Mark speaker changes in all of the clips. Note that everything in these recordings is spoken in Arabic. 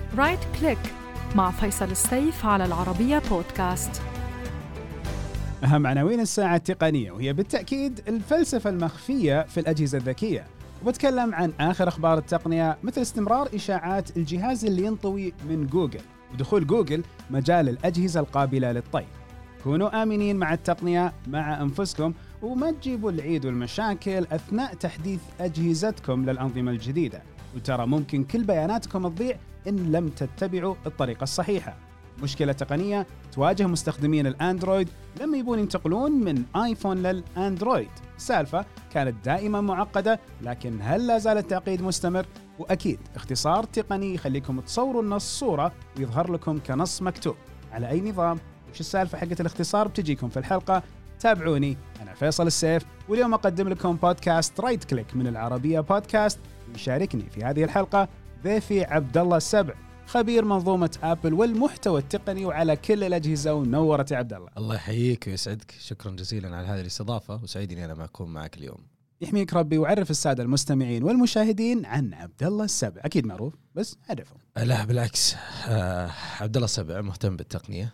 Speaker 1: رايت كليك مع فيصل السيف على العربية بودكاست.
Speaker 2: أهم عناوين الساعة التقنية، وهي بالتأكيد الفلسفة المخفية في الأجهزة الذكية. وبتكلم عن آخر أخبار التقنية، مثل استمرار إشاعات الجهاز اللي ينطوي من جوجل، ودخول جوجل مجال الأجهزة القابلة للطي. كونوا آمنين مع التقنية مع أنفسكم، وما تجيبوا العيد والمشاكل أثناء تحديث أجهزتكم للأنظمة الجديدة. وترى ممكن كل بياناتكم تضيع إن لم تتبعوا الطريقة الصحيحة. مشكلة تقنية تواجه مستخدمين الأندرويد لما يبون ينتقلون من آيفون للأندرويد. السالفة كانت دائما معقدة، لكن هل لا زال التعقيد مستمر؟ وأكيد اختصار تقني يخليكم تصوروا النص صورة ويظهر لكم كنص مكتوب. على أي نظام؟ وش السالفة حقة الاختصار؟ بتجيكم في الحلقة. تابعوني، أنا فيصل السيف، واليوم أقدم لكم بودكاست رايت كليك من العربية بودكاست. يشاركني في هذه الحلقة ضيفي عبد الله السبع، خبير منظومة آبل والمحتوى التقني وعلى كل الأجهزة. ونورت يا عبد الله.
Speaker 3: الله يحييك ويسعدك، شكرا جزيلا على هذه الاستضافة، وسعيدني أنا أكون معك اليوم.
Speaker 2: يحميك ربي. وعرف السادة المستمعين والمشاهدين عن عبد الله السبع. أكيد معروف بس عرفه.
Speaker 3: لا بالعكس، عبد الله السبع مهتم بالتقنية.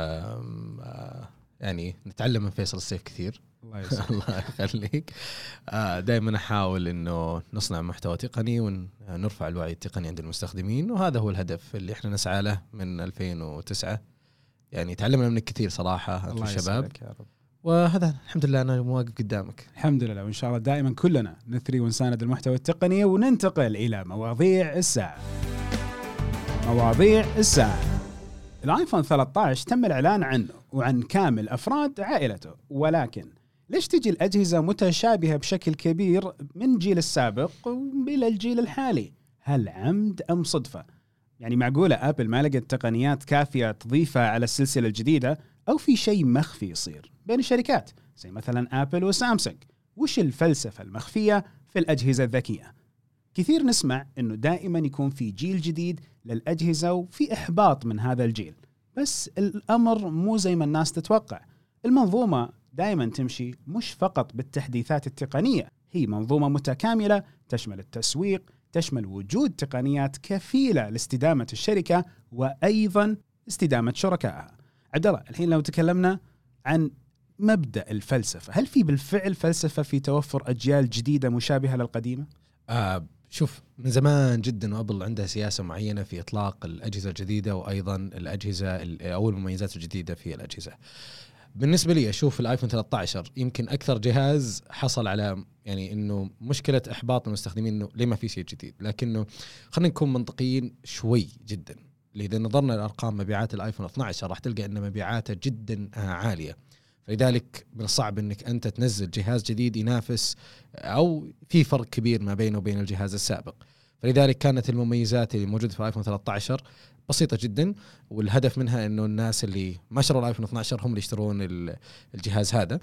Speaker 3: يعني نتعلم من فيصل السيف كثير.
Speaker 2: الله يسعدك.
Speaker 3: الله يخليك. دائما أحاول إنه نصنع محتوى تقني ونرفع الوعي التقني عند المستخدمين، وهذا هو الهدف اللي إحنا نسعى له من 2009. يعني تعلمنا منك كثير صراحة أنتم الشباب، وهذا الحمد لله أنا مواقف قدامك.
Speaker 2: الحمد لله، وإن شاء الله دائما كلنا نثري ونساند المحتوى التقني. وننتقل إلى مواضيع الساعة. مواضيع الساعة. الآيفون 13 تم الإعلان عنه وعن كامل أفراد عائلته، ولكن ليش تجي الأجهزة متشابهة بشكل كبير من جيل السابق إلى الجيل الحالي؟ هل عمد أم صدفة؟ يعني معقولة آبل ما لقت تقنيات كافية تضيفها على السلسلة الجديدة، أو في شيء مخفي يصير بين الشركات زي مثلا آبل وسامسونج؟ وش الفلسفة المخفية في الأجهزة الذكية؟ كثير نسمع إنه دائما يكون في جيل جديد للأجهزة وفي إحباط من هذا الجيل، بس الأمر مو زي ما الناس تتوقع. المنظومة دائما تمشي مش فقط بالتحديثات التقنية، هي منظومة متكاملة تشمل التسويق، تشمل وجود تقنيات كفيلة لاستدامة الشركة وأيضا استدامة شركائها. عبد الله، الحين لو تكلمنا عن مبدأ الفلسفة، هل في بالفعل فلسفة في توفر أجيال جديدة مشابهة للقديمة؟
Speaker 3: شوف، من زمان جدا وابل عندها سياسة معينة في إطلاق الأجهزة الجديدة، وأيضا الأجهزة أو المميزات الجديدة في الأجهزة. بالنسبة لي أشوف الآيفون 13 يمكن أكثر جهاز حصل على يعني إنه مشكلة إحباط المستخدمين إنه ليه ما في شيء جديد، لكنه خلينا نكون منطقيين شوي جدا. إذا نظرنا لأرقام مبيعات الآيفون 12 راح تلقى إن مبيعاته جدا عالية، فلذلك من الصعب إنك أنت تنزل جهاز جديد ينافس أو في فرق كبير ما بينه وبين الجهاز السابق. فلذلك كانت المميزات اللي موجودة في الآيفون 13 بسيطة جدا، والهدف منها إنه الناس اللي ما شروا الآيفون 12 هم اللي يشترون الجهاز هذا.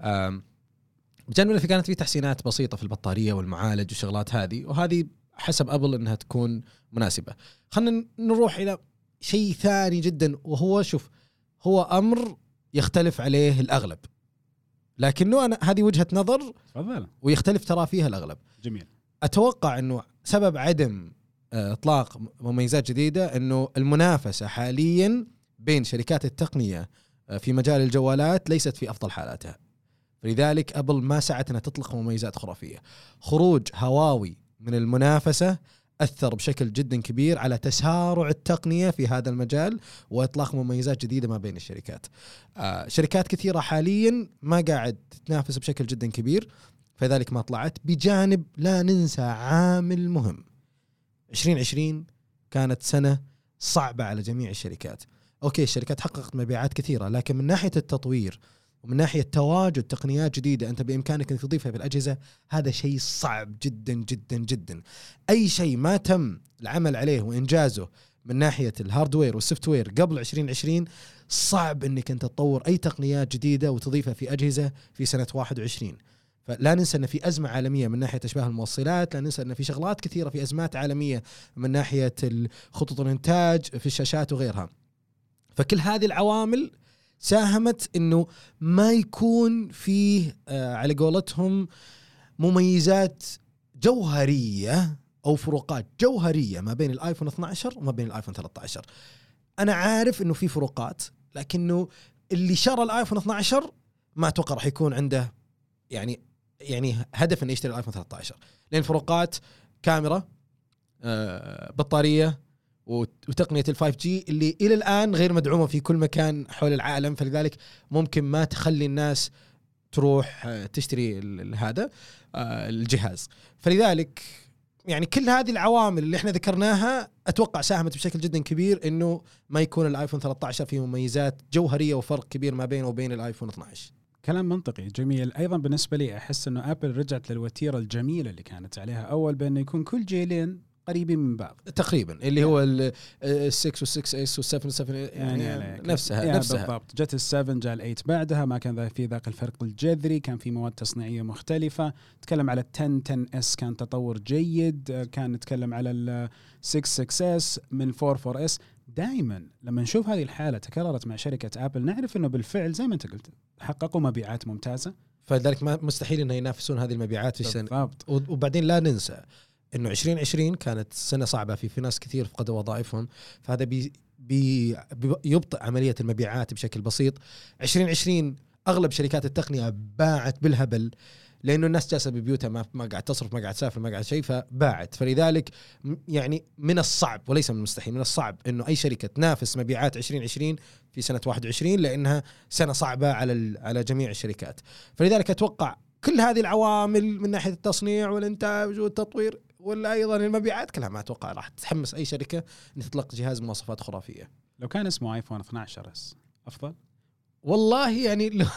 Speaker 3: بجانب في كانت في تحسينات بسيطة في البطارية والمعالج والشغلات هذه، وهذه حسب أبل إنها تكون مناسبة. خلنا نروح إلى شيء ثاني جدا، وهو شوف، هو أمر يختلف عليه الأغلب، لكنه أنا هذه وجهة نظر ويختلف ترى فيها الأغلب.
Speaker 2: جميل.
Speaker 3: أتوقع إنه سبب عدم إطلاق مميزات جديدة إنه المنافسة حاليا بين شركات التقنية في مجال الجوالات ليست في أفضل حالاتها، فلذلك أبل ما سعت أنها تطلق مميزات خرافية. خروج هواوي من المنافسة أثر بشكل جدا كبير على تسارع التقنية في هذا المجال وإطلاق مميزات جديدة ما بين الشركات. شركات كثيرة حاليا ما قاعد تنافس بشكل جدا كبير، فذلك ما طلعت. بجانب لا ننسى عامل مهم، 2020 كانت سنة صعبة على جميع الشركات. أوكي، الشركات حققت مبيعات كثيرة، لكن من ناحية التطوير ومن ناحية تواجد تقنيات جديدة أنت بإمكانك أن تضيفها في الأجهزة، هذا شيء صعب جدا جدا جدا. أي شيء ما تم العمل عليه وإنجازه من ناحية الهاردوير والسوفتوير قبل 2020 صعب أنك أنت تطور أي تقنيات جديدة وتضيفها في أجهزة في سنة 21. فلا ننسى أن في أزمة عالمية من ناحية أشباه الموصلات، لا ننسى أن في شغلات كثيرة، في أزمات عالمية من ناحية خطوط الإنتاج في الشاشات وغيرها. فكل هذه العوامل ساهمت إنه ما يكون فيه على قولتهم مميزات جوهرية أو فروقات جوهرية ما بين الآيفون 12 وما بين الآيفون 13. أنا عارف إنه في فروقات، لكنه اللي شرى الآيفون 12 ما أتوقع راح يكون عنده يعني هدف إنه يشتري الآيفون 13، لأن فروقات كاميرا، بطارية، وتقنية ال 5G اللي إلى الآن غير مدعومة في كل مكان حول العالم، فلذلك ممكن ما تخلي الناس تروح تشتري هذا الجهاز. فلذلك يعني كل هذه العوامل اللي احنا ذكرناها أتوقع ساهمت بشكل جدا كبير إنه ما يكون الآيفون 13 فيه مميزات جوهرية وفرق كبير ما بينه وبين الآيفون 12.
Speaker 2: كلام منطقي جميل. أيضا بالنسبة لي أحس إنه أبل رجعت للوتيرة الجميلة اللي كانت عليها أول، بأنه يكون كل جيلين قريبين من بعض
Speaker 3: تقريبا، اللي هو ال6 وال6S وال7 يعني نفسها
Speaker 2: بالضبط. جت ال7 جاء ال8 بعدها، ما كان في ذاك الفرق الجذري، كان في مواد تصنيعية مختلفة. تكلم على ال10S كان تطور جيد، كان نتكلم على ال6S من 4S. دائما لما نشوف هذه الحالة تكررت مع شركة أبل نعرف إنه بالفعل زي ما أنت قلت حققوا مبيعات ممتازة،
Speaker 3: فلذلك ما مستحيل إنه ينافسون هذه المبيعات في السنة.
Speaker 2: بالضبط.
Speaker 3: وبعدين لا ننسى إنه 2020 كانت سنة صعبة في ناس كثير فقدوا وظائفهم، فهذا يبطئ عملية المبيعات بشكل بسيط. 2020 أغلب شركات التقنية باعت بالهبل، لأنه الناس جالسة ببيوتها ما قاعد تصرف، ما قاعد تسافر، ما قاعد شيء، فباعت. فلذلك يعني من الصعب وليس من المستحيل، من الصعب إنه أي شركة تنافس مبيعات 2020 في سنة 21، لأنها سنة صعبة على جميع الشركات. فلذلك أتوقع كل هذه العوامل من ناحية التصنيع والإنتاج والتطوير ولا أيضا المبيعات كلها ما أتوقع راح تحمس أي شركة أن تطلق جهاز بمواصفات خرافية.
Speaker 2: لو كان اسمه آيفون 12 أفضل
Speaker 3: والله يعني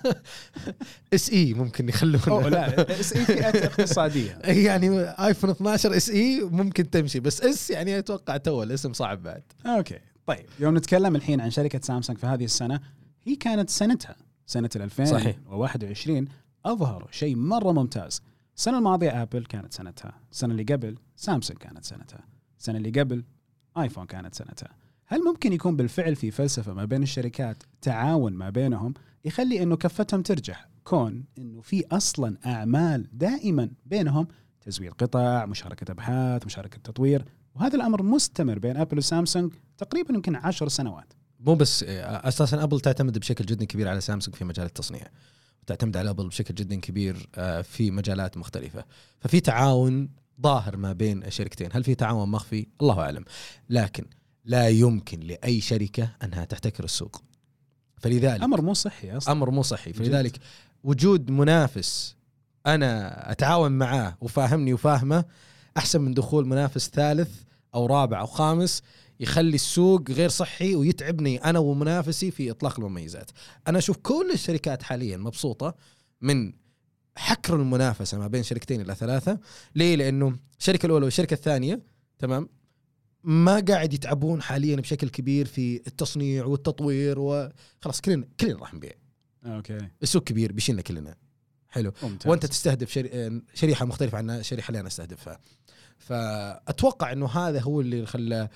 Speaker 3: SE ممكن يخلونه.
Speaker 2: لا SE فئات اقتصادية
Speaker 3: يعني آيفون 12 SE ممكن تمشي، بس S يعني أتوقع تو الاسم صعب بعد.
Speaker 2: أوكي طيب، يوم نتكلم الحين عن شركة سامسونج في هذه السنة، هي كانت سنتها سنة 2021 أظهروا شيء مرة ممتاز. السنة الماضية أبل كانت سنتها، السنة اللي قبل سامسونج كانت سنتها، السنة اللي قبل آيفون كانت سنتها. هل ممكن يكون بالفعل في فلسفة ما بين الشركات، تعاون ما بينهم يخلي إنه كفتهم ترجح، كون إنه في أصلا أعمال دائما بينهم، تزوير قطع، مشاركة أبحاث، مشاركة تطوير، وهذا الأمر مستمر بين أبل وسامسونج تقريبا يمكن 10 سنوات.
Speaker 3: مو بس أساسا أبل تعتمد بشكل جدا كبير على سامسونج في مجال التصنيع، تعتمد على أبل بشكل جدا كبير في مجالات مختلفة، ففي تعاون ظاهر ما بين الشركتين. هل في تعاون مخفي؟ الله أعلم، لكن لا يمكن لأي شركة أنها تحتكر السوق، فلذلك
Speaker 2: أمر مو صحي أصلا،
Speaker 3: أمر مو صحي. فلذلك وجود منافس أنا أتعاون معاه وفاهمني وفاهمه أحسن من دخول منافس ثالث أو رابع أو خامس يخلي السوق غير صحي ويتعبني أنا ومنافسي في إطلاق المميزات. أنا أشوف كل الشركات حاليا مبسوطة من حكر المنافسة ما بين شركتين إلى 3. ليه؟ لأنه الشركة الأولى والشركة الثانية تمام ما قاعد يتعبون حاليا بشكل كبير في التصنيع والتطوير، وخلاص كلنا راح نبيع.
Speaker 2: أوكي،
Speaker 3: السوق كبير بيشيلنا كلنا، حلو
Speaker 2: ممتاز.
Speaker 3: وأنت تستهدف شريحة مختلفة عن الشريحة اللي أنا استهدفها. فأتوقع أنه هذا هو اللي خلى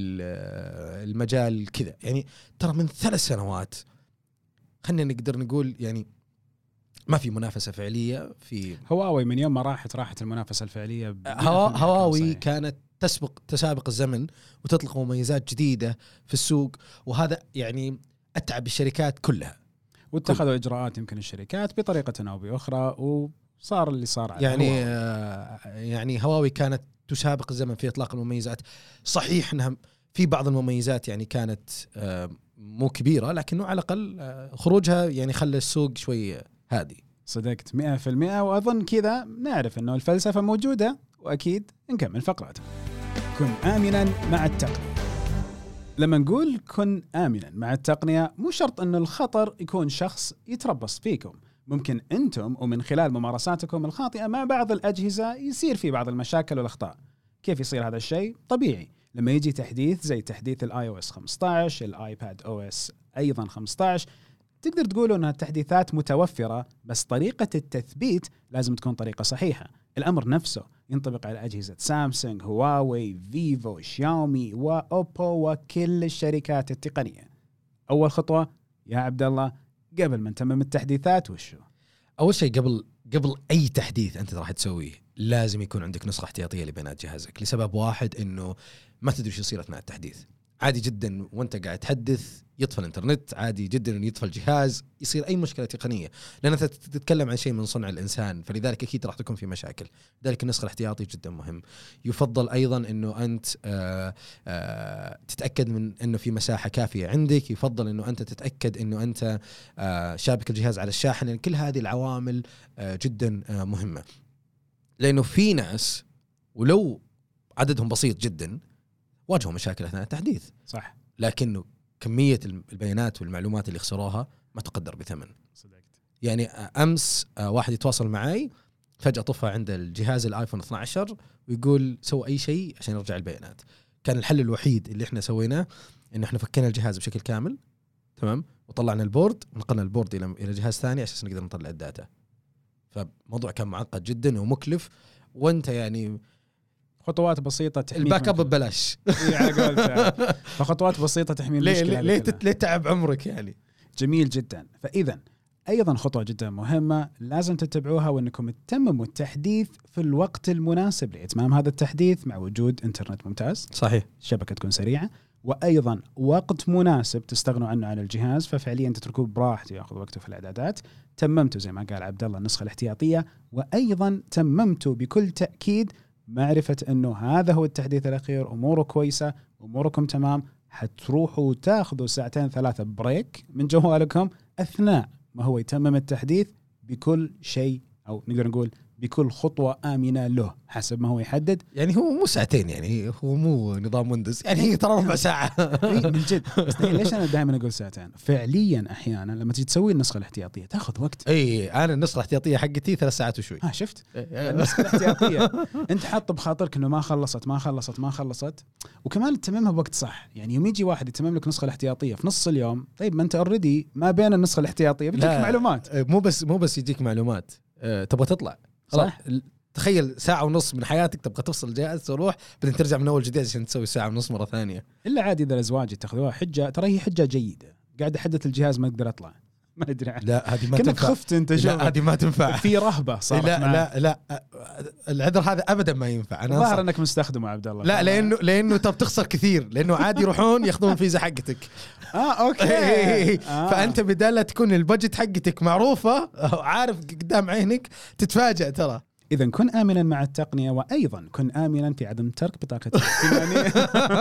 Speaker 3: المجال كذا. يعني ترى من 3 سنوات خلينا نقدر نقول يعني ما في منافسة فعلية في
Speaker 2: هواوي. من يوم ما راحت المنافسة الفعلية،
Speaker 3: هواوي كانت تسابق الزمن وتطلق مميزات جديدة في السوق، وهذا يعني أتعب الشركات كلها،
Speaker 2: واتخذوا إجراءات يمكن الشركات بطريقة أو بأخرى، وصار اللي صار على
Speaker 3: يعني
Speaker 2: هواوي.
Speaker 3: يعني هواوي كانت تسابق الزمن في إطلاق المميزات. صحيح أنها في بعض المميزات يعني كانت مو كبيرة، لكنه على الأقل خروجها يعني خلى السوق شوي هادي.
Speaker 2: صدقت 100%. وأظن كذا نعرف أنه الفلسفة موجودة، وأكيد نكمل فقراتنا. كن آمنا مع التقنية. لما نقول كن آمنا مع التقنية، مو شرط أن الخطر يكون شخص يتربص فيكم. ممكن أنتم ومن خلال ممارساتكم الخاطئة مع بعض الأجهزة يصير في بعض المشاكل والأخطاء. كيف يصير هذا الشيء؟ طبيعي لما يجي تحديث زي تحديث iOS 15، الآيباد OS أيضا 15، تقدر تقولوا أنها التحديثات متوفرة، بس طريقة التثبيت لازم تكون طريقة صحيحة. الأمر نفسه ينطبق على أجهزة سامسونج، هواوي، فيفو، شاومي وأوبو وكل الشركات التقنية. أول خطوة يا عبد الله قبل ما نتمم التحديثات وشو؟
Speaker 3: أول شيء قبل أي تحديث أنت راح تسويه لازم يكون عندك نسخة احتياطية لبيانات جهازك، لسبب واحد إنه ما تدري شو يصير أثناء التحديث. عادي جدا وانت قاعد تحدث يطفى الانترنت، عادي جدا ان يطفى الجهاز، يصير اي مشكله تقنيه، لان انت تتكلم عن شيء من صنع الانسان، فلذلك اكيد راح تكون في مشاكل. لذلك النسخ الاحتياطي جدا مهم. يفضل ايضا انه انت تتاكد من انه في مساحه كافيه عندك، يفضل انه انت تتاكد انه انت شابك الجهاز على الشاحن، يعني كل هذه العوامل جدا مهمه، لانه في ناس ولو عددهم بسيط جدا واجهوا مشاكل أثناء التحديث.
Speaker 2: صح.
Speaker 3: لكنه كمية البيانات والمعلومات اللي خسروها ما تقدر بثمن.
Speaker 2: صدقت.
Speaker 3: يعني أمس واحد يتواصل معي فجأة طفى عند الجهاز الآيفون 12 ويقول سوى أي شيء عشان يرجع البيانات. كان الحل الوحيد اللي احنا سويناه إنه احنا فكينا الجهاز بشكل كامل، تمام، وطلعنا البورد ونقلنا البورد إلى جهاز ثاني عشان نقدر نطلع الداتا. فموضوع كان معقد جدا ومكلف، وانت يعني
Speaker 2: خطوات بسيطة تحمي
Speaker 3: الباك اب ببلاش.
Speaker 2: فخطوات بسيطة تحمي المشكلة.
Speaker 3: ليه تعب عمرك يعني.
Speaker 2: جميل جدا. فإذا أيضا خطوة جدا مهمة لازم تتبعوها، وأنكم تتمموا التحديث في الوقت المناسب لإتمام هذا التحديث، مع وجود إنترنت ممتاز.
Speaker 3: صحيح.
Speaker 2: الشبكة تكون سريعة، وأيضا وقت مناسب تستغنوا عنه عن الجهاز، ففعليا تتركوه براحته يأخذ وقته في الإعدادات. تممتوا زي ما قال عبد الله النسخة الاحتياطية، وأيضا تممتوا بكل تأكيد معرفة أنه هذا هو التحديث الأخير، أموره كويسة، أموركم تمام. حتروحوا تاخذوا 2-3 بريك من جوالكم أثناء ما هو يتمم التحديث بكل شيء، أو نقدر نقول بكل خطوة آمنة له حسب ما هو يحدد.
Speaker 3: يعني هو مو ساعتين، يعني هو مو نظام ويندوز، يعني هي ترى ربع ساعة.
Speaker 2: من جد. بس ليش أنا دائما أقول ساعتين؟ فعليا أحيانا لما تيجي تسوي النسخة الاحتياطية تأخذ وقت.
Speaker 3: أنا النسخة الاحتياطية حقتي 3 ساعات وشوي.
Speaker 2: شفت؟ النسخة الاحتياطية أنت حاط بخاطرك إنه ما خلصت، وكمان تتممها بوقت صح. يعني يوم يجي واحد يتمم لك نسخة الاحتياطية في نص اليوم، طيب ما أنت أوريدي ما بين النسخة الاحتياطية بتجيك معلومات.
Speaker 3: مو بس يجيك معلومات، تبغى تطلع
Speaker 2: صح.
Speaker 3: تخيل 1.5 ساعة من حياتك تبغى تفصل الجهاز تروح بعدين ترجع من أول جديد عشان تسوي 1.5 ساعة مرة ثانية.
Speaker 2: إلا عادي إذا الأزواج تاخذوها حجة، ترى هي حجة جيدة. قاعد أحدث الجهاز ما أقدر أطلع، ما أدري.
Speaker 3: لا هذه ما
Speaker 2: تنفع. خفت أنت شوف.
Speaker 3: لا هذه ما تنفع.
Speaker 2: في رهبة صارت.
Speaker 3: لا العذر هذا أبدا ما ينفع. أنا
Speaker 2: ظاهر أنك مستخدمه عبد الله.
Speaker 3: لا لأنه تب تخسر كثير، لأنه عادي يروحون ياخذون الفيزا حقتك.
Speaker 2: أوكي.
Speaker 3: فأنت بدال لا تكون البادجت حقتك معروفة عارف قدام عينك تتفاجأ ترى.
Speaker 2: إذا كن آمنا مع التقنية، وأيضا كن آمنا في عدم ترك بطاقة الائتمان.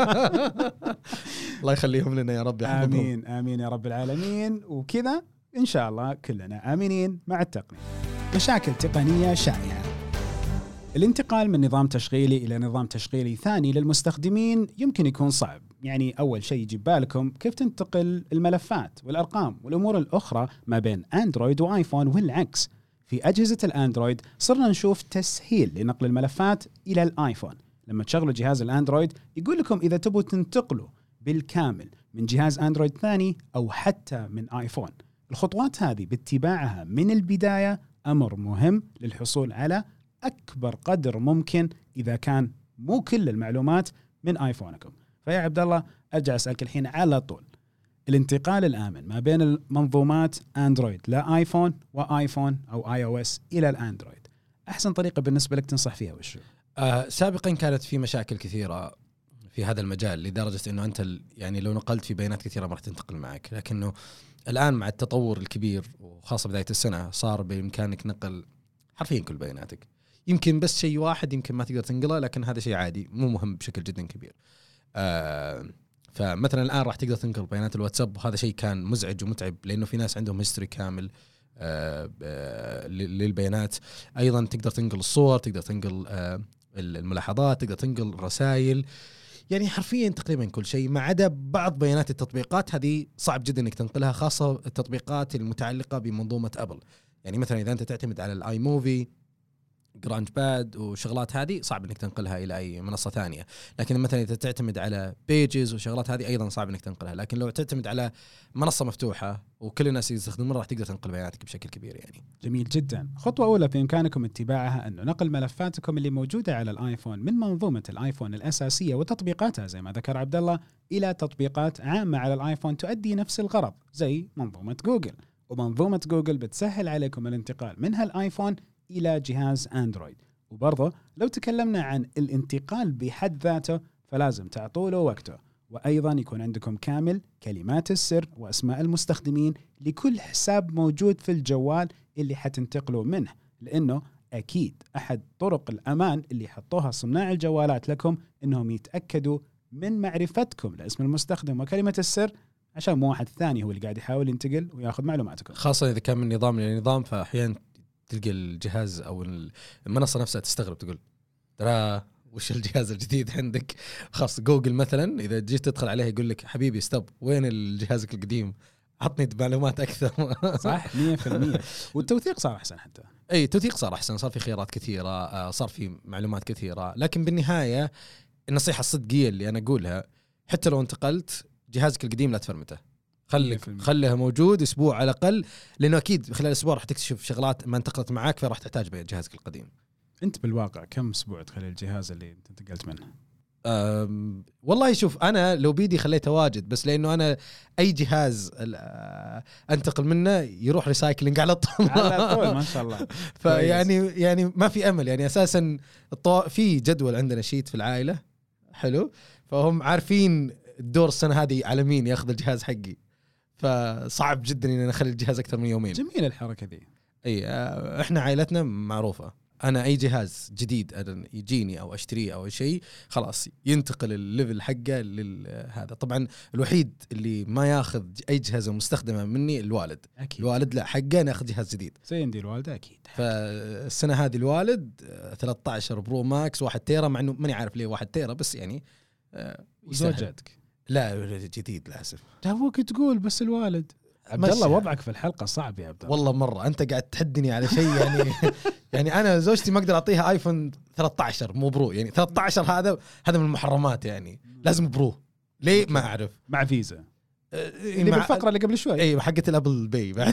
Speaker 3: الله يخليهم لنا يا رب يحفظهم.
Speaker 2: آمين آمين يا رب العالمين. وكذا إن شاء الله كلنا آمنين مع التقنية. مشاكل تقنية شائعة. الانتقال من نظام تشغيلي إلى نظام تشغيلي ثاني للمستخدمين يمكن يكون صعب. يعني أول شيء يجي بالكم كيف تنتقل الملفات والأرقام والأمور الأخرى ما بين أندرويد وآيفون والعكس. في أجهزة الأندرويد صرنا نشوف تسهيل لنقل الملفات إلى الآيفون. لما تشغلوا جهاز الأندرويد يقول لكم إذا تبوا تنتقلوا بالكامل من جهاز أندرويد ثاني أو حتى من آيفون. الخطوات هذه باتباعها من البداية أمر مهم للحصول على أكبر قدر ممكن إذا كان مو كل المعلومات من آيفونكم. فيا عبد الله أرجع أسألك الحين على طول، الانتقال الآمن ما بين المنظومات أندرويد لآيفون وآيفون أو آي أو إس إلى الأندرويد، أحسن طريقة بالنسبة لك تنصح فيها وشو؟
Speaker 3: سابقا كانت في مشاكل كثيرة في هذا المجال لدرجة أنه أنت يعني لو نقلت في بيانات كثيرة ما راح تنتقل معك. لكنه الآن مع التطور الكبير وخاصة بداية السنة صار بإمكانك نقل حرفيا كل بياناتك. يمكن بس شيء واحد يمكن ما تقدر تنقله، لكن هذا شيء عادي مو مهم بشكل جدا كبير. فمثلا الآن راح تقدر تنقل بيانات الواتساب، وهذا شيء كان مزعج ومتعب لأنه في ناس عندهم هيستوري كامل للبيانات. أيضا تقدر تنقل الصور، تقدر تنقل الملاحظات، تقدر تنقل الرسائل، يعني حرفيا تقريبا كل شيء ما عدا بعض بيانات التطبيقات. هذه صعب جدا انك تنقلها، خاصة التطبيقات المتعلقة بمنظومة أبل. يعني مثلا إذا أنت تعتمد على الآي موفي، جرانج باد وشغلات هذه صعب انك تنقلها الى اي منصه ثانيه. لكن مثلا اذا تعتمد على بيجز وشغلات هذه ايضا صعب انك تنقلها. لكن لو تعتمد على منصه مفتوحه وكل الناس يستخدمونها راح تقدر تنقل بياناتك بشكل كبير. يعني
Speaker 2: جميل جدا. خطوه اولى بامكانكم اتباعها انه نقل ملفاتكم اللي موجوده على الايفون من منظومه الايفون الاساسيه وتطبيقاتها زي ما ذكر عبد الله الى تطبيقات عامه على الايفون تؤدي نفس الغرض زي منظومه جوجل. ومنظومه جوجل بتسهل عليكم الانتقال من هالايفون إلى جهاز أندرويد. وبرضه لو تكلمنا عن الانتقال بحد ذاته فلازم تعطوا له وقته، وأيضا يكون عندكم كامل كلمات السر وأسماء المستخدمين لكل حساب موجود في الجوال اللي حتنتقلوا منه، لأنه أكيد أحد طرق الأمان اللي حطوها صناع الجوالات لكم إنهم يتأكدوا من معرفتكم لاسم المستخدم وكلمة السر، عشان مو واحد ثاني هو اللي قاعد يحاول ينتقل وياخذ معلوماتكم.
Speaker 3: خاصة إذا كان من نظام لنظام، فأحيانا تلقى الجهاز أو المنصة نفسها تستغرب، تقول ترى وش الجهاز الجديد عندك؟ خاص جوجل مثلا إذا جيت تدخل عليه يقول لك حبيبي ستوب، وين الجهازك القديم؟ عطني معلومات أكثر.
Speaker 2: صح 100%. والتوثيق صار أحسن، حتى
Speaker 3: أي التوثيق صار أحسن، صار في خيارات كثيرة، صار في معلومات كثيرة. لكن بالنهاية النصيحة الصدقية اللي أنا أقولها، حتى لو انتقلت جهازك القديم لا تفرمته، خليه موجود أسبوع على الأقل، لأنه أكيد خلال أسبوع راح تكتشف شغلات ما انتقلت معاك فراح تحتاج جهازك القديم.
Speaker 2: أنت بالواقع كم أسبوع تخلي الجهاز اللي أنت انتقلت منه؟
Speaker 3: والله شوف، أنا لو بيدي خليته واجد، بس لأنه أنا أي جهاز أنتقل منه يروح ريسايكلينج على طول
Speaker 2: ما شاء الله.
Speaker 3: فيعني ما في أمل، يعني أساسا في جدول عندنا شيت في العائلة حلو، فهم عارفين الدور السنة هذه على مين يأخذ الجهاز حقي، فصعب جدا إن نخلي الجهاز أكثر من يومين.
Speaker 2: جميل الحركة دي.
Speaker 3: أي إحنا عائلتنا معروفة، أنا أي جهاز جديد يجيني أو أشتريه أو شيء خلاص ينتقل الليفل حقه لهذا. طبعا الوحيد اللي ما ياخذ أي جهاز مستخدمة مني الوالد.
Speaker 2: أكيد.
Speaker 3: الوالد لا، حقه ناخذ جهاز جديد.
Speaker 2: زي عندي الوالدة أكيد.
Speaker 3: فالسنة هذه الوالد 13 برو ماكس 1 تيرا، مع إنه ماني عارف ليه 1 تيرا، بس يعني
Speaker 2: وزوجتك؟
Speaker 3: لا جديد للأسف.
Speaker 2: توك تقول بس الوالد. عبد الله وضعك في الحلقة صعب يا عبد الله.
Speaker 3: والله مرة أنت قاعد تحدني على شيء يعني يعني أنا زوجتي ما أقدر أعطيها آيفون 13 مو برو، يعني 13 هذا من المحرمات، يعني لازم برو. ليه ما أعرف.
Speaker 2: مع فيزا اللي بالفقرة اللي قبل شوي.
Speaker 3: أي حقت الأبل باي بعد.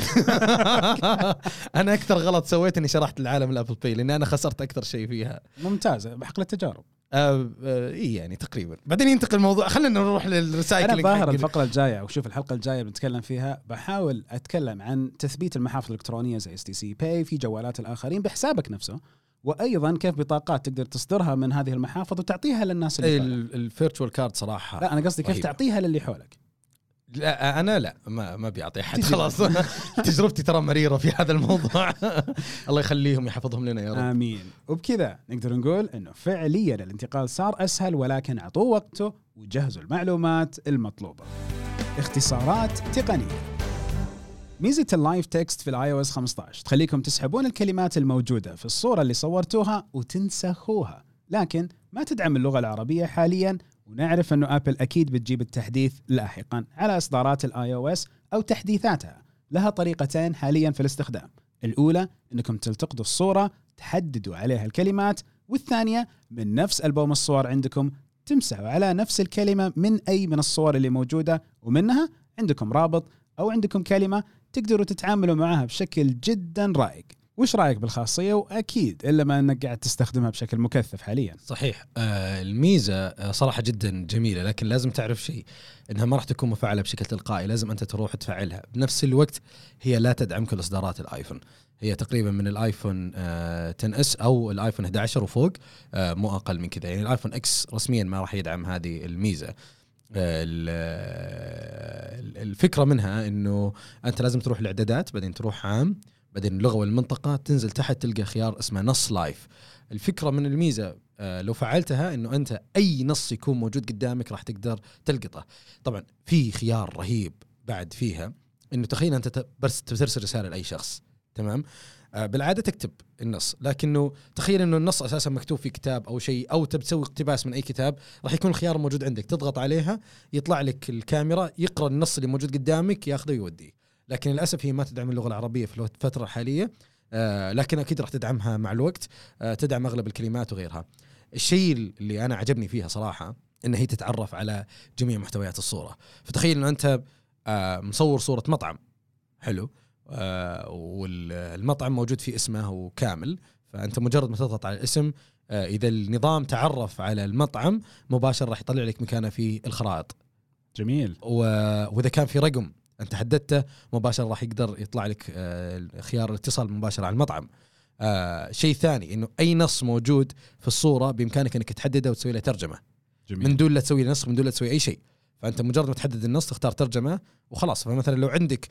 Speaker 3: أنا أكثر غلط سويت إني شرحت العالم الأبل باي، لأن أنا خسرت أكثر شيء فيها.
Speaker 2: ممتازة بحقل التجارب.
Speaker 3: إيه يعني تقريبا. بعدين ينتقل الموضوع، خلينا نروح للريسايكلينج.
Speaker 2: أنا ظاهر الفقرة الجاية أو شوف الحلقة الجاية بنتكلم فيها، بحاول أتكلم عن تثبيت المحافظ الإلكترونية زي STC Pay في جوالات الآخرين بحسابك نفسه، وأيضا كيف بطاقات تقدر تصدرها من هذه المحافظ وتعطيها للناس اللي
Speaker 3: الفيرتشوال كارد صراحة.
Speaker 2: لا أنا قصدي كيف تعطيها للي حولك.
Speaker 3: لا أنا لا ما بيعطي حد خلاص. تجربتي ترى مريرة في هذا الموضوع. الله يخليهم يحفظهم لنا يا رب.
Speaker 2: آمين. وبكذا نقدر نقول إنه فعليا الانتقال صار أسهل، ولكن عطوه وقته وجهزوا المعلومات المطلوبة. اختصارات تقنية. ميزة اللايف تكست في الاي او اس 15 تخليكم تسحبون الكلمات الموجودة في الصورة اللي صورتوها وتنسخوها، لكن ما تدعم اللغة العربية حاليا، ونعرف أنه أبل أكيد بتجيب التحديث لاحقا على إصدارات الاي او اس أو تحديثاتها. لها طريقتين حاليا في الاستخدام، الأولى أنكم تلتقطوا الصورة تحددوا عليها الكلمات، والثانية من نفس ألبوم الصور عندكم تمسحوا على نفس الكلمة من أي من الصور اللي موجودة، ومنها عندكم رابط أو عندكم كلمة تقدروا تتعاملوا معها بشكل جدا رائق. وش رأيك بالخاصية؟ وأكيد إلا ما أنك قاعد تستخدمها بشكل مكثف حاليا.
Speaker 3: صحيح. الميزة صراحة جدا جميلة، لكن لازم تعرف شيء، إنها ما راح تكون مفعلة بشكل تلقائي، لازم أنت تروح تفعلها. بنفس الوقت هي لا تدعم كل إصدارات الآيفون، هي تقريبا من الآيفون 10S أو الآيفون 11 وفوق، مو أقل من كذا. يعني الآيفون X رسميا ما راح يدعم هذه الميزة. الفكرة منها إنه أنت لازم تروح الإعدادات، بعدين تروح عام، بعدين اللغة والمنطقة، تنزل تحت تلقى خيار اسمه نص لايف. الفكرة من الميزة لو فعلتها إنه أنت أي نص يكون موجود قدامك راح تقدر تلقطه. طبعا في خيار رهيب بعد فيها، إنه تخيل أنت بس ترسل رسالة لأي شخص، تمام؟ بالعادة تكتب النص، لكنه تخيل إنه النص أساسا مكتوب في كتاب أو شيء، أو تبتسوي اقتباس من أي كتاب، راح يكون الخيار موجود عندك، تضغط عليها يطلع لك الكاميرا يقرأ النص اللي موجود قدامك ياخذه ويوديه. لكن للأسف هي ما تدعم اللغة العربية في الفترة الحالية، لكن أكيد راح تدعمها مع الوقت، تدعم أغلب الكلمات وغيرها. الشيء اللي أنا عجبني فيها صراحة إن هي تتعرف على جميع محتويات الصورة. فتخيل إنه أنت مصور صورة مطعم حلو، والمطعم موجود فيه اسمه وكامل، فأنت مجرد ما تضغط على الاسم، إذا النظام تعرف على المطعم مباشر راح يطلع لك مكانه في الخرائط.
Speaker 2: جميل.
Speaker 3: وإذا كان في رقم أنت حددته مباشر راح يقدر يطلع لك خيار الاتصال مباشر على المطعم. شيء ثاني انه اي نص موجود في الصوره بامكانك انك تحدده وتسوي له ترجمه.
Speaker 2: جميل.
Speaker 3: من دون لا تسوي نسخ، من دون لا تسوي اي شيء. فانت مجرد ما تحدد النص تختار ترجمه وخلاص. فمثلا لو عندك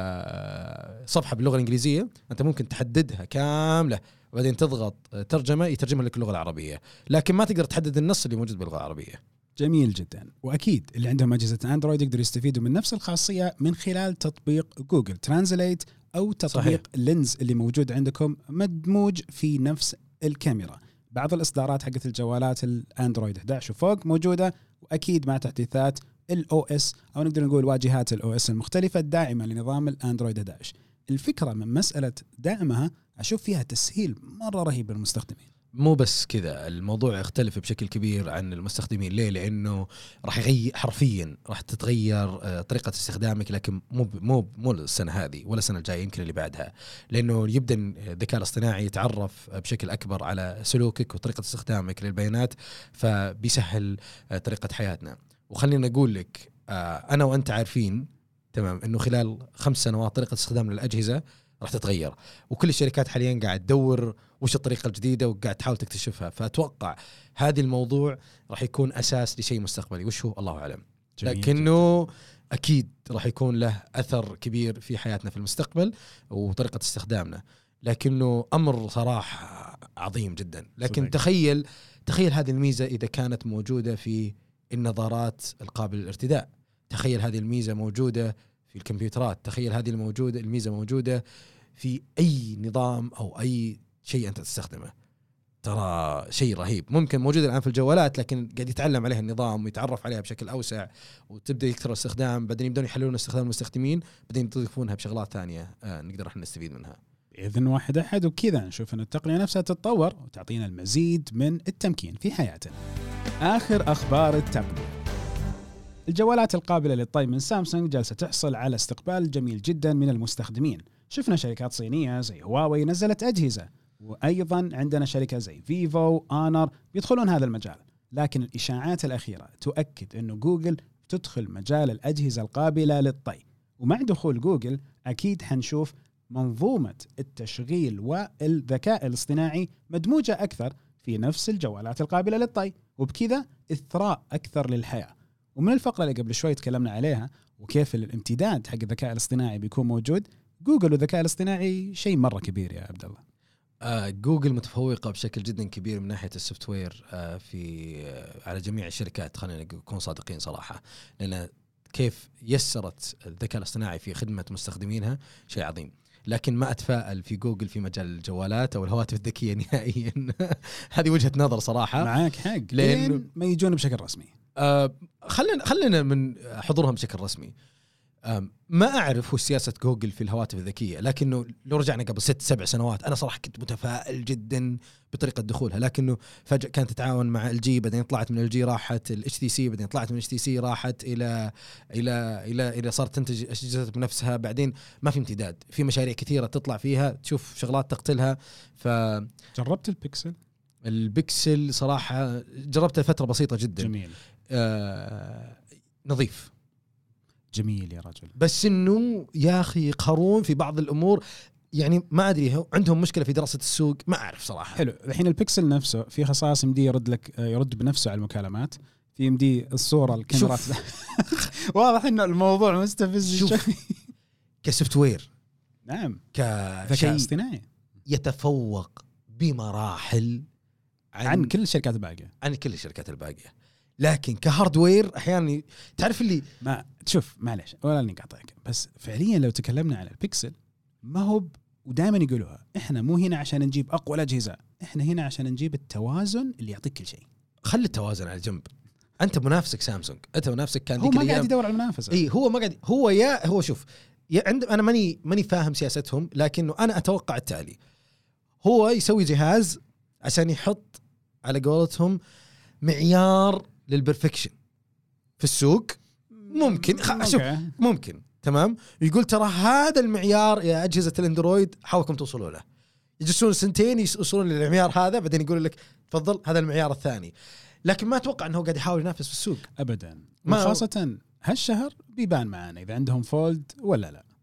Speaker 3: صفحه باللغه الانجليزيه انت ممكن تحددها كامله وبعدين تضغط ترجمه يترجمها لك اللغه العربيه، لكن ما تقدر تحدد النص اللي موجود باللغه العربيه.
Speaker 2: جميل جدا. واكيد اللي عندهم اجهزه اندرويد يقدروا يستفيدوا من نفس الخاصيه من خلال تطبيق جوجل ترانزليت او تطبيق لينز اللي موجود عندكم مدموج في نفس الكاميرا. بعض الاصدارات حقت الجوالات الاندرويد 11 وفوق موجوده، واكيد مع تحديثات الاو اس او نقدر نقول واجهات الاو اس المختلفه الداعمه لنظام الاندرويد 11. الفكره من مساله دعمها اشوف فيها تسهيل مره رهيب للمستخدمين.
Speaker 3: مو بس كذا، الموضوع يختلف بشكل كبير عن المستخدمين. ليه؟ لانه راح يغير حرفيا، راح تتغير طريقه استخدامك، لكن مو السنه هذه ولا السنه الجايه، يمكن اللي بعدها، لانه يبدا الذكاء الاصطناعي يتعرف بشكل اكبر على سلوكك وطريقه استخدامك للبيانات، فبيسهل طريقه حياتنا. وخلينا نقول لك انا وانت عارفين تمام انه خلال 5 سنوات طريقه استخدام للاجهزه راح تتغير، وكل الشركات حاليا قاعد تدور وش الطريقة الجديدة وقاعد تحاول تكتشفها. فأتوقع هذا الموضوع راح يكون أساس لشيء مستقبلي، وش هو الله أعلم، لكنه أكيد راح يكون له أثر كبير في حياتنا في المستقبل وطريقة استخدامنا، لكنه أمر صراحة عظيم جدا. لكن صدق. تخيل هذه الميزة إذا كانت موجودة في النظارات القابلة للارتداء، تخيل هذه الميزة موجودة في الكمبيوترات، تخيل هذه الميزة موجودة في أي نظام أو أي شيء أنت تستخدمه. ترى شيء رهيب. ممكن موجود الآن في الجوالات، لكن قاعد يتعلم عليها النظام ويتعرف عليها بشكل أوسع، وتبدأ يكثر الاستخدام، بعدين يبدأون يحللون استخدام المستخدمين، بعدين يضيفونها بشغلات ثانية نقدر احنا نستفيد منها
Speaker 2: بإذن واحد أحد. وبكذا نشوف أن التقنية نفسها تتطور وتعطينا المزيد من التمكين في حياتنا. آخر أخبار التقنية: الجوالات القابلة للطي من سامسونج جالسة تحصل على استقبال جميل جدا من المستخدمين. شفنا شركات صينية زي هواوي نزلت أجهزة، وأيضا عندنا شركة زي فيفو آنر بيدخلون هذا المجال. لكن الإشاعات الأخيرة تؤكد أنه جوجل تدخل مجال الأجهزة القابلة للطي، ومع دخول جوجل أكيد حنشوف منظومة التشغيل والذكاء الاصطناعي مدموجة أكثر في نفس الجوالات القابلة للطي، وبكذا إثراء أكثر للحياة. ومن الفقرة اللي قبل شوي تكلمنا عليها وكيف الامتداد حق الذكاء الاصطناعي بيكون موجود، جوجل والذكاء الاصطناعي شيء مرة كبير يا عبد الله.
Speaker 3: جوجل متفوقة بشكل جدا كبير من ناحية السوفت وير على جميع الشركات، خلينا نكون صادقين صراحة، لأن كيف يسرت الذكاء الاصطناعي في خدمة مستخدمينها شيء عظيم. لكن ما أتفائل في جوجل في مجال الجوالات أو الهواتف الذكية نهائيا. هذه وجهة نظر صراحة.
Speaker 2: معاك حق، لين ما يجون بشكل رسمي.
Speaker 3: خلينا من حضورهم بشكل رسمي. ما أعرف هو سياسة جوجل في الهواتف الذكية، لكنه لو رجعنا قبل 6-7 سنوات أنا صراحة كنت متفائل جدا بطريقة دخولها، لكنه فجأة كانت تتعاون مع LG، بعدين طلعت من LG راحت HTC، بعدين طلعت من HTC راحت إلى صارت تنتج أجهزة بنفسها، بعدين ما في امتداد، في مشاريع كثيرة تطلع فيها تشوف شغلات تقتلها.
Speaker 2: جربت
Speaker 3: البيكسل صراحة جربته فترة بسيطة جدا.
Speaker 2: جميل.
Speaker 3: نظيف
Speaker 2: جميل يا رجل،
Speaker 3: بس انه يا اخي يقهرون في بعض الامور، يعني ما ادري عندهم مشكله في دراسه السوق، ما اعرف صراحه.
Speaker 2: حلو. الحين البيكسل نفسه في خصائص يمدي يرد بنفسه على المكالمات، في يمدي الصوره الكاميرات. واضح انه الموضوع مستفز
Speaker 3: كسوفت وير.
Speaker 2: نعم،
Speaker 3: كذكاء
Speaker 2: اصطناعي
Speaker 3: يتفوق بمراحل
Speaker 2: عن كل الشركات الباقيه. لكن
Speaker 3: كهاردوير احيانا تعرف اللي
Speaker 2: ما تشوف، معلش ولا نقاطعك، بس فعليا لو تكلمنا على البيكسل ما هو ودائما يقولوها احنا مو هنا عشان نجيب اقوى الاجهزه، احنا هنا عشان نجيب التوازن اللي يعطيك كل شيء.
Speaker 3: خلي التوازن على جنب. انت منافسك سامسونج، انت منافسك كان
Speaker 2: هو ما قاعد يدور على المنافسه.
Speaker 3: هو ما قاعد، هو شوف انا ماني فاهم سياستهم، لكنه انا اتوقع التالي: هو يسوي جهاز عشان يحط على قولتهم معيار للبرفكشن في السوق. ممكن ممكن تمام، يقول ترى هذا المعيار يا أجهزة الاندرويد حاولكم توصلوا له، يجلسون 2 يوصلون للمعيار هذا، بعدين يقول لك تفضل هذا المعيار الثاني. لكن ما أتوقع أنه قاعد يحاول ينافس في السوق
Speaker 2: أبدا، خاصة هالشهر بيبان معانا إذا عندهم فولد ولا لا.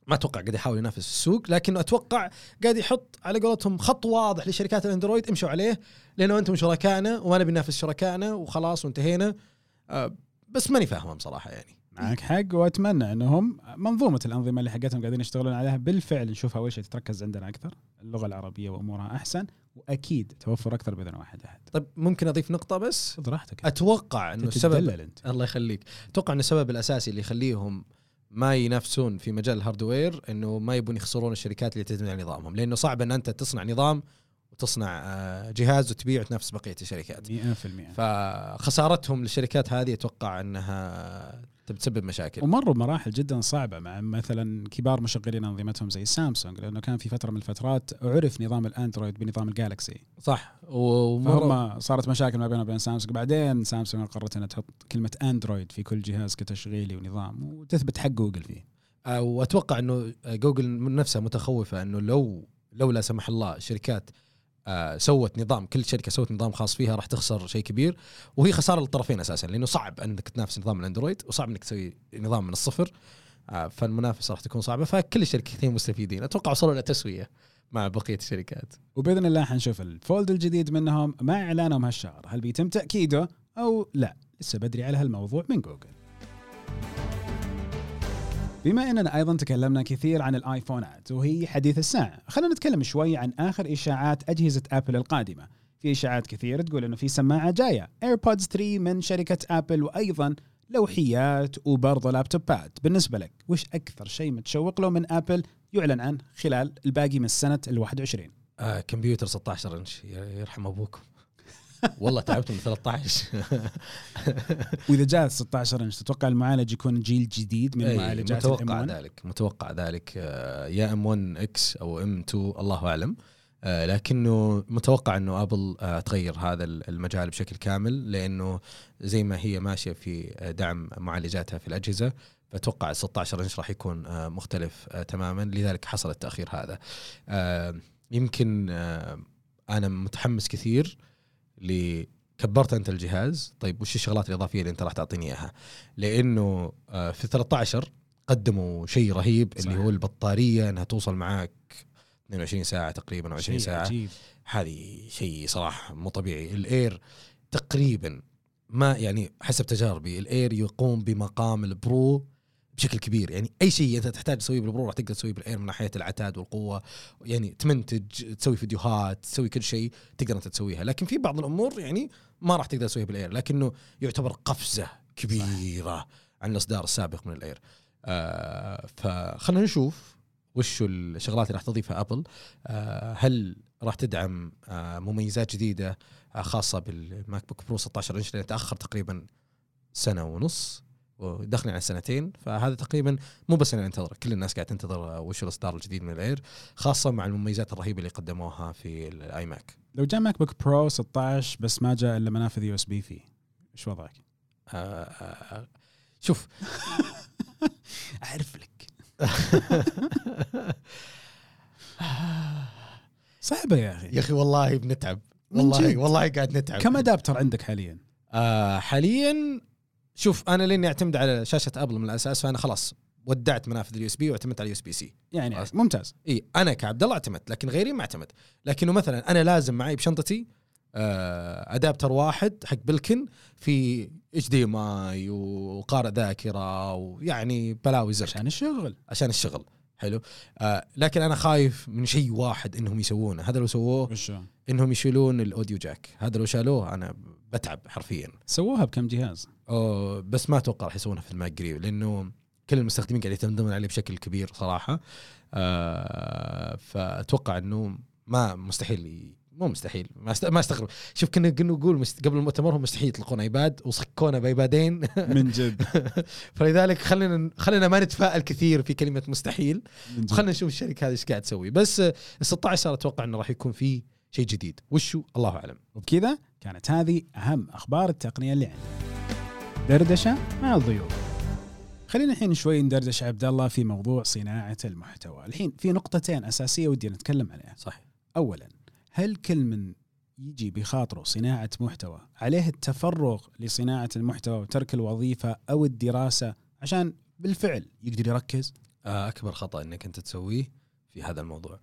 Speaker 3: ما اتوقع قاعد يحاول ينافس السوق، لكنه اتوقع قاعد يحط على قولتهم خط واضح لشركات الاندرويد امشوا عليه، لانه انتم شركائنا وما نبي ننافس شركائنا وخلاص وانتهينا. بس ماني فاهمهم صراحه يعني.
Speaker 2: معك حق، واتمنى انهم منظومه الانظمه اللي حقتهم قاعدين يشتغلون عليها بالفعل نشوفها اول شيء تتركز عندنا اكثر، اللغه العربيه وامورها احسن، واكيد توفر اكثر باذن واحد احد.
Speaker 3: طيب ممكن اضيف نقطه بس؟
Speaker 2: براحتك.
Speaker 3: اتوقع انه السبب
Speaker 2: انت.
Speaker 3: الله يخليك، اتوقع ان السبب الاساسي اللي يخليهم ما ينافسون في مجال الهاردوير انه ما يبون يخسرون الشركات اللي تعتمد على نظامهم، لانه صعب ان انت تصنع نظام وتصنع جهاز وتبيع وتنافس بقيه الشركات
Speaker 2: 100%.
Speaker 3: فخسارتهم للشركات هذه اتوقع انها تسبب مشاكل،
Speaker 2: ومروا بمراحل جدا صعبه مع مثلا كبار مشغلين انظمتهم زي سامسونج، لانه كان في فتره من الفترات عرف نظام الاندرويد بنظام الجالكسي.
Speaker 3: صح.
Speaker 2: وهم صارت مشاكل ما بينه وبين سامسونج، بعدين سامسونج قررت انها تحط كلمه اندرويد في كل جهاز كتشغيلي ونظام وتثبت حق جوجل فيه.
Speaker 3: واتوقع انه جوجل نفسها متخوفه انه لو لا سمح الله الشركات سوت نظام، كل شركة سوت نظام خاص فيها، راح تخسر شيء كبير، وهي خسارة للطرفين أساسا، لأنه صعب أنك تنافس نظام الأندرويد وصعب أنك تسوي نظام من الصفر، فالمنافسة راح تكون صعبة، فكل الشركتين مستفيدين. أتوقع وصلوا إلى تسوية مع بقية الشركات،
Speaker 2: وبإذن الله حنشوف الفولد الجديد منهم مع إعلانهم هالشهر. هل بيتم تأكيده أو لا؟ لسه بدري على هالموضوع من جوجل. بما أننا أيضا تكلمنا كثير عن الآيفونات وهي حديث الساعة، خلينا نتكلم شوي عن آخر إشاعات أجهزة أبل القادمة. في إشاعات كثير تقول أنه في سماعة جاية AirPods 3 من شركة أبل، وأيضا لوحيات وبرضه لابتوبات. بالنسبة لك وش أكثر شيء متشوق له من أبل يعلن عنه خلال الباقي من السنة 21؟
Speaker 3: كمبيوتر 16 إنش يرحم أبوكم. والله تعبت من 13.
Speaker 2: وإذا جاء 16 إنش تتوقع المعالج يكون جيل جديد من معالجات
Speaker 3: متوقع ذلك يا M1X أو M2 الله أعلم، لكنه متوقع أنه أبل تغير هذا المجال بشكل كامل، لأنه زي ما هي ماشية في دعم معالجاتها في الأجهزة، فتوقع 16 إنش راح يكون مختلف تماما، لذلك حصل التأخير هذا. يمكن أنا متحمس كثير كبرت أنت الجهاز، طيب وش الشغلات الإضافية اللي أنت راح تعطيني إياها؟ لأنه في 13 قدموا شيء رهيب، صحيح. اللي هو البطارية أنها توصل معك 22 ساعة تقريبا أو 20 ساعة عجيب. هذه شيء صراحة مو طبيعي. الإير تقريبا ما يعني حسب تجاربي الإير يقوم بمقام البرو بشكل كبير، يعني أي شيء أنت تحتاج تسويه بالبرو راح تقدر تسويه بالإير من ناحية العتاد والقوة، يعني تمنتج، تسوي فيديوهات، تسوي كل شيء تقدر أنت تسويها. لكن في بعض الأمور يعني ما راح تقدر تسويها بالإير، لكنه يعتبر قفزة كبيرة عن الإصدار السابق من الإير. فخلنا نشوف وش الشغلات اللي راح تضيفها أبل. هل راح تدعم مميزات جديدة خاصة بالماك بوك برو 16 إنش، لأنه تأخر تقريبا سنة ونص ودخلنا على سنتين، فهذا تقريبا مو بس أنا أنتظر، كل الناس قاعدة تنتظر وش الإصدار الجديد من الإير، خاصة مع المميزات الرهيبة اللي قدموها في الآي ماك.
Speaker 2: لو جاء ماك بوك برو 16 بس ما جاء إلا منافذ USB فيه، إيش وضعك؟
Speaker 3: شوف
Speaker 2: أعرف لك. صعبة يا أخي
Speaker 3: والله بنتعب، والله قاعد نتعب.
Speaker 2: كم أدابتر عندك حاليا؟
Speaker 3: حاليا شوف أنا لأني أعتمد على شاشة أبل من الأساس، فأنا خلاص ودعت منافذ اليو اس بي واعتمدت على USB-C
Speaker 2: يعني ممتاز.
Speaker 3: أنا كعبد الله اعتمدت، لكن غيري ما اعتمد. لكنه مثلا أنا لازم معي بشنطتي أدابتر واحد حق بلكن في HDMI وقارئ ذاكرة ويعني بلاوي زرق عشان الشغل حلو. لكن أنا خايف من شيء واحد إنهم يسوونه، هذا لو سووه إنهم يشيلون الأوديو جاك، هذا لو شالوه أنا بتعب حرفيا.
Speaker 2: سووها بكم جهاز؟
Speaker 3: بس ما أتوقع راح يسوونها في الماك قريب، لأنه كل المستخدمين قاعد يعتمدون عليه بشكل كبير صراحة. فأتوقع إنه مو مستحيل ما استغرب. شوف كنا نقول قبل المؤتمر هم مستحيل يطلقون ايباد وصكونا بايبادين
Speaker 2: من جد.
Speaker 3: فلذلك خلينا ما نتفائل كثير في كلمة مستحيل، خلينا نشوف الشركة هذه ايش قاعد تسوي. بس ال16 اتوقع انه راح يكون فيه شيء جديد، وشو الله اعلم.
Speaker 2: وبكذا كانت هذه اهم اخبار التقنية اللي عندنا. دردشة مع الضيوف. خلينا الحين شوي ندردش عبد الله في موضوع صناعة المحتوى. الحين في نقطتين اساسية ودي نتكلم عليها.
Speaker 3: صح.
Speaker 2: اولا، هل كل من يجي بخاطره صناعة محتوى عليه التفرغ لصناعة المحتوى وترك الوظيفة أو الدراسة عشان بالفعل يقدر يركز؟
Speaker 3: اكبر خطأ انك انت تسويه في هذا الموضوع.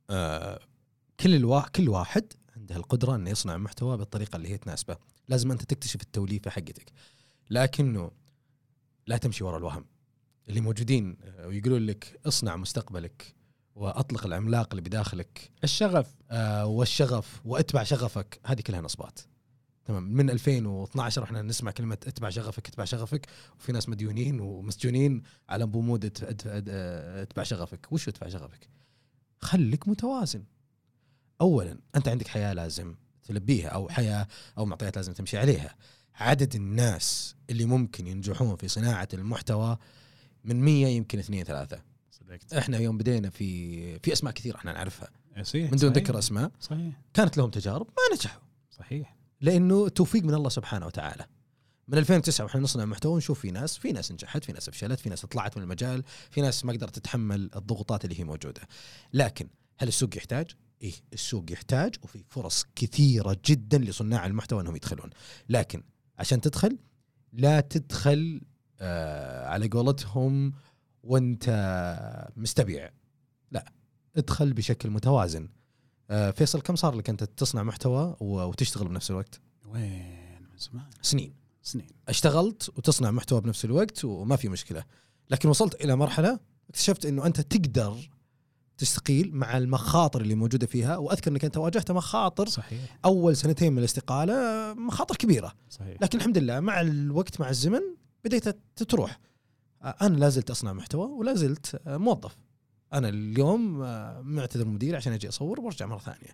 Speaker 3: كل واحد عنده القدرة انه يصنع محتوى بالطريقة اللي هي تناسبه. لازم انت تكتشف التوليفة حقتك، لكنه لا تمشي وراء الوهم اللي موجودين ويقولون لك اصنع مستقبلك واطلق العملاق اللي بداخلك،
Speaker 2: الشغف
Speaker 3: والشغف واتبع شغفك. هذه كلها نصبات. تمام. من 2012 احنا نسمع كلمة اتبع شغفك اتبع شغفك، وفي ناس مديونين ومسجونين على بمود اتبع شغفك. وش اتبع شغفك؟ خليك متوازن. اولا انت عندك حياة لازم تلبيها، او حياة او معطيات لازم تمشي عليها. عدد الناس اللي ممكن ينجحون في صناعة المحتوى من 100 يمكن 2-3.
Speaker 2: صدقت.
Speaker 3: احنا يوم بدينا في اسماء كثير احنا نعرفها
Speaker 2: صحيح.
Speaker 3: من دون ذكر اسماء.
Speaker 2: صحيح.
Speaker 3: كانت لهم تجارب ما نجحوا.
Speaker 2: صحيح.
Speaker 3: لانه توفيق من الله سبحانه وتعالى. من 2009 واحنا نصنع محتوى نشوف في ناس نجحت، في ناس فشلت، في ناس طلعت من المجال، في ناس ما قدرت تتحمل الضغوطات اللي هي موجودة. لكن هل السوق يحتاج؟ إيه، السوق يحتاج، وفي فرص كثيرة جدا لصناع المحتوى أنهم يدخلون. لكن عشان تدخل لا تدخل على قولتهم وانت مستبيع، لا، ادخل بشكل متوازن. فيصل، كم صار لك أنت تصنع محتوى وتشتغل بنفس الوقت؟
Speaker 2: وين؟ من زمان.
Speaker 3: سنين.
Speaker 2: سنين.
Speaker 3: اشتغلت وتصنع محتوى بنفس الوقت وما في مشكلة، لكن وصلت إلى مرحلة اكتشفت أنه أنت تقدر تستقيل مع المخاطر اللي موجودة فيها. وأذكر أنك أنت واجهت مخاطر. صحيح. أول 2 من الاستقالة مخاطر كبيرة.
Speaker 2: صحيح.
Speaker 3: لكن الحمد لله مع الوقت مع الزمن بديت تروح. أنا لازلت أصنع محتوى ولازلت موظف. أنا اليوم معتذر المدير عشان أجي أصور وارجع مرة ثانية.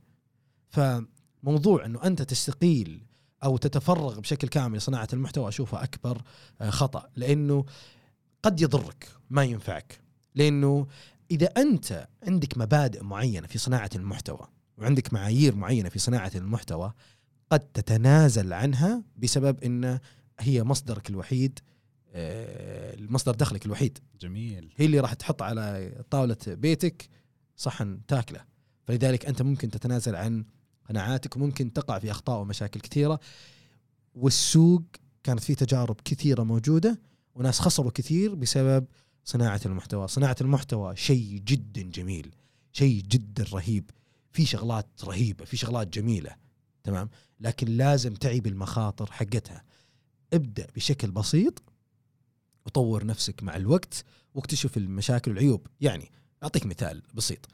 Speaker 3: فموضوع أنه أنت تستقيل أو تتفرغ بشكل كامل لصناعة المحتوى أشوفه أكبر خطأ، لأنه قد يضرك ما ينفعك. لأنه إذا أنت عندك مبادئ معينة في صناعة المحتوى وعندك معايير معينة في صناعة المحتوى، قد تتنازل عنها بسبب إن هي مصدرك الوحيد، المصدر دخلك الوحيد.
Speaker 2: جميل.
Speaker 3: هي اللي راح تحط على طاولة بيتك صحن تاكله. فلذلك أنت ممكن تتنازل عن قناعاتك وممكن تقع في أخطاء ومشاكل كثيرة. والسوق كانت فيه تجارب كثيرة موجودة وناس خسروا كثير بسبب صناعة المحتوى. صناعة المحتوى شيء جدا جميل، شيء جدا رهيب، في شغلات رهيبة، في شغلات جميلة، تمام، لكن لازم تعي بالمخاطر حقتها. ابدأ بشكل بسيط وطور نفسك مع الوقت واكتشف المشاكل والعيوب. يعني أعطيك مثال بسيط.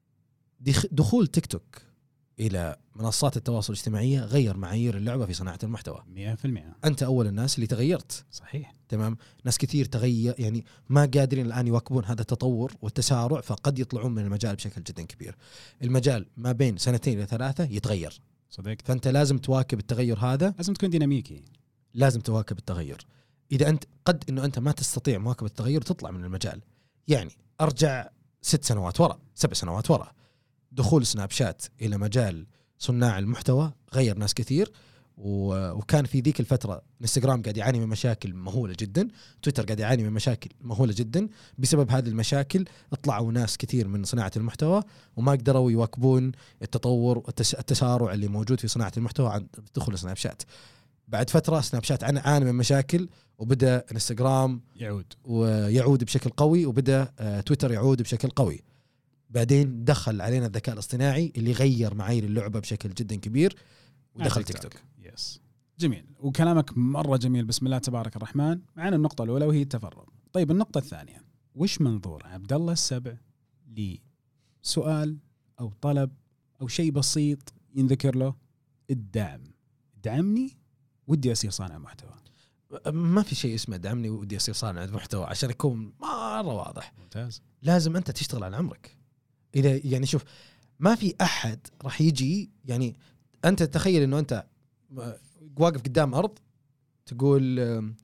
Speaker 3: دخول تيك توك إلى منصات التواصل الاجتماعي غير معايير اللعبة في صناعة المحتوى
Speaker 2: 100%.
Speaker 3: أنت أول الناس اللي تغيرت.
Speaker 2: صحيح.
Speaker 3: تمام. ناس كثير تغير، يعني ما قادرين الآن يواكبون هذا التطور والتسارع، فقد يطلعون من المجال بشكل جدا كبير. المجال ما بين 2 إلى 3 يتغير.
Speaker 2: صدقت.
Speaker 3: فأنت لازم تواكب التغير هذا،
Speaker 2: لازم تكون ديناميكي،
Speaker 3: لازم تواكب التغير. إذا أنت قد إنه أنت ما تستطيع مواكبة التغير تطلع من المجال. يعني أرجع 6 سنوات ورا، 7 سنوات ورا، دخول سناب شات إلى مجال صناع المحتوى غير ناس كثير. وكان في ذيك الفترة انستغرام قاعد يعاني من مشاكل مهولة جدا، تويتر قاعد يعاني من مشاكل مهولة جدا. بسبب هذه المشاكل اطلعوا ناس كثير من صناعة المحتوى وما قدروا يواكبون التطور والتسارع اللي موجود في صناعة المحتوى عند دخول سناب شات. بعد فترة سناب شات عانى من مشاكل وبدأ انستغرام يعود بشكل قوي، وبدأ تويتر يعود بشكل قوي. بعدين دخل علينا الذكاء الاصطناعي اللي غير معايير اللعبة بشكل جدا كبير، ودخل تيك توك.
Speaker 2: يس. جميل، وكلامك مرة جميل. بسم الله تبارك الرحمن. معنا النقطة الأولى وهي التفرغ. طيب النقطة الثانية، وش منظور عبد الله السبع لسؤال أو طلب أو شيء بسيط ينذكر له الدعم؟ دعمني ودي أصير صانع محتوى.
Speaker 3: ما في شيء اسمه دعمني ودي أصير صانع محتوى عشان يكون مرة واضح.
Speaker 2: ممتاز.
Speaker 3: لازم أنت تشتغل على عمرك. إذا يعني شوف، ما في أحد راح يجي، يعني أنت تخيل إنه أنت واقف قدام أرض تقول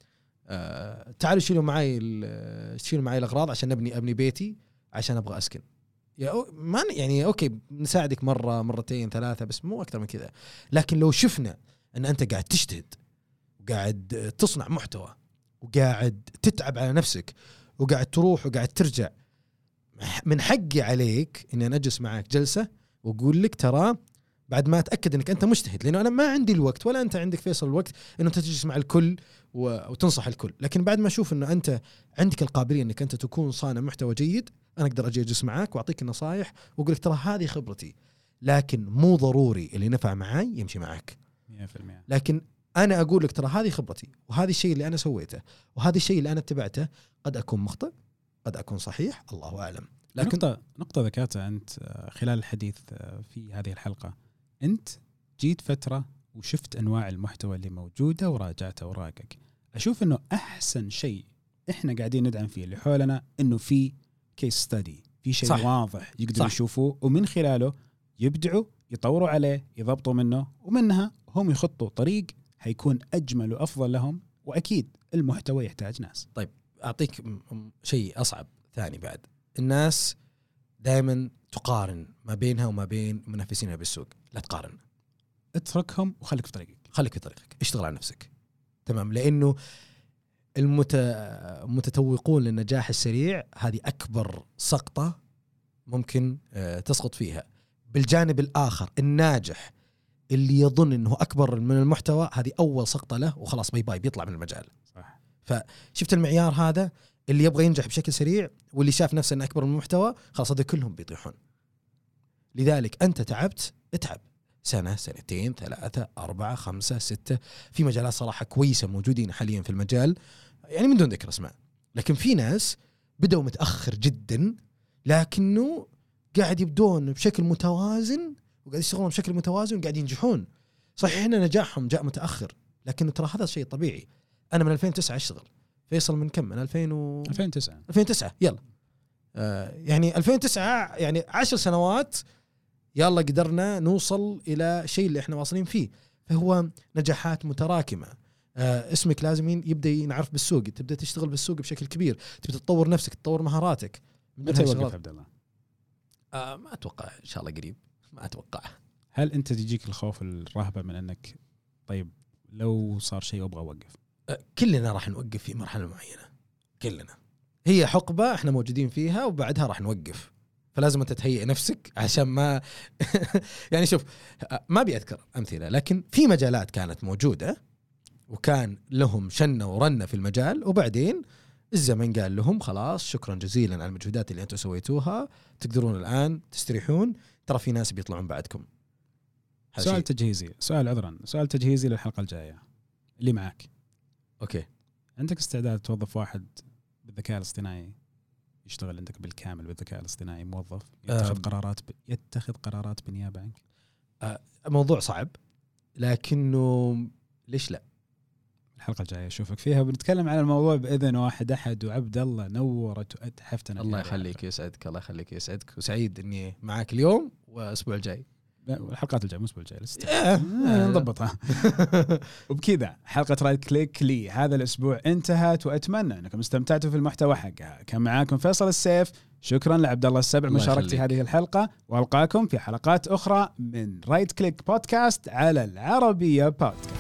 Speaker 3: تعالوا شيلوا معي الأغراض عشان أبني بيتي عشان أبغى أسكن. يعني أوكي نساعدك مرة مرتين 3 بس مو أكثر من كذا. لكن لو شفنا أن أنت قاعد تجتهد وقاعد تصنع محتوى وقاعد تتعب على نفسك وقاعد تروح وقاعد ترجع، من حقي عليك إن أنا أجلس معك جلسة وأقول لك ترى بعد ما اتاكد انك انت مجتهد، لانه انا ما عندي الوقت ولا انت عندك فيصل الوقت انه انت تجلس مع الكل وتنصح الكل. لكن بعد ما اشوف انه انت عندك القابليه انك انت تكون صانع محتوى جيد، انا اقدر اجي اجلس معاك واعطيك النصائح واقول لك ترى هذه خبرتي، لكن مو ضروري اللي نفع معاي يمشي معك
Speaker 2: 100%.
Speaker 3: لكن انا اقول لك ترى هذه خبرتي وهذا الشيء اللي انا سويته وهذا الشيء اللي انا اتبعته، قد اكون مخطئ قد اكون صحيح، الله اعلم.
Speaker 2: لكن نقطة ذكرتها أنت خلال الحديث في هذه الحلقة، أنت جيت فترة وشفت أنواع المحتوى اللي موجودة وراجعت أوراقك. أشوف أنه أحسن شيء إحنا قاعدين ندعم فيه اللي حولنا إنه في كيس ستادي، في شيء
Speaker 3: صح.
Speaker 2: واضح يقدروا يشوفوه ومن خلاله يبدعوا، يطوروا عليه، يضبطوا منه، ومنها هم يخطوا طريق هيكون أجمل وأفضل لهم. وأكيد المحتوى يحتاج ناس.
Speaker 3: طيب أعطيك شيء أصعب ثاني بعد، الناس دائما تقارن ما بينها وما بين منافسينها بالسوق. لا تقارن،
Speaker 2: اتركهم وخليك في طريقك.
Speaker 3: خليك في طريقك، اشتغل على نفسك. تمام، لأنه المتتوقون للنجاح السريع هذه أكبر سقطة ممكن تسقط فيها. بالجانب الآخر الناجح اللي يظن أنه أكبر من المحتوى، هذه أول سقطة له وخلاص باي باي بيطلع من المجال.
Speaker 2: صح.
Speaker 3: فشفت المعيار هذا، اللي يبغى ينجح بشكل سريع واللي شاف نفسه أنه أكبر من المحتوى، خلاص هذول كلهم بيطيحون. لذلك أنت تعبت، اتعب سنة 2 3 4 5 6. في مجالات صراحة كويسة موجودين حاليا في المجال، يعني من دون ذكر اسماء، لكن في ناس بدأوا متأخر جدا لكنه قاعد يبدون بشكل متوازن وقاعد يشتغلون بشكل متوازن وقاعد ينجحون. صحيح إن نجاحهم جاء متأخر، لكن ترى هذا شيء طبيعي. أنا من 2009 أشتغل، فيصل من كم؟ من 2009 يلا يعني 2009 يعني 10 سنوات يلا قدرنا نوصل إلى شيء اللي إحنا واصلين فيه. فهو نجاحات متراكمة. اسمك لازم يبدأ ينعرف بالسوق، تبدأ تشتغل بالسوق بشكل كبير، تبدأ تطور نفسك، تطور مهاراتك.
Speaker 2: متى يوقف عبد الله؟
Speaker 3: ما أتوقع، إن شاء الله قريب، ما أتوقع.
Speaker 2: هل أنت تجيك الخوف الرهبة من أنك طيب لو صار شيء أبغى أوقف؟
Speaker 3: كلنا راح نوقف في مرحلة معينة، كلنا. هي حقبة إحنا موجودين فيها وبعدها راح نوقف. فلازم أنت تهيئ نفسك عشان ما يعني شوف، ما بيذكر أمثلة، لكن في مجالات كانت موجودة وكان لهم شنة ورنة في المجال، وبعدين الزمن قال لهم خلاص شكرا جزيلا على المجهودات اللي أنتم سويتوها، تقدرون الآن تستريحون، ترى في ناس بيطلعون بعدكم.
Speaker 2: سؤال تجهيزي، سؤال تجهيزي للحلقة الجاية اللي معك.
Speaker 3: أوكي،
Speaker 2: عندك استعداد توظف واحد بالذكاء الاصطناعي يشتغل عندك بالكامل بالذكاء الاصطناعي، موظف يتخذ قرارات بالنيابة عنك؟
Speaker 3: موضوع صعب، لكنه ليش لا؟
Speaker 2: الحلقة الجاية أشوفك فيها بنتكلم عن الموضوع بإذن واحد أحد. وعبد الله نورت وأتحفتنا.
Speaker 3: الله يخليك، يسعدك، الله يخليك، يسعدك، وسعيد إني معاك اليوم والأسبوع الجاي.
Speaker 2: الحلقات الجاية مو الأسبوع الجاي نضبطها. وبكذا حلقة رايت كليك لي هذا الأسبوع انتهت، وأتمنى أنكم استمتعتوا في المحتوى حقها. كان معاكم فيصل السيف، شكرا لعبد الله السبع مشاركتي هذه الحلقة، وألقاكم في حلقات أخرى من رايت كليك بودكاست على العربية بودكاست.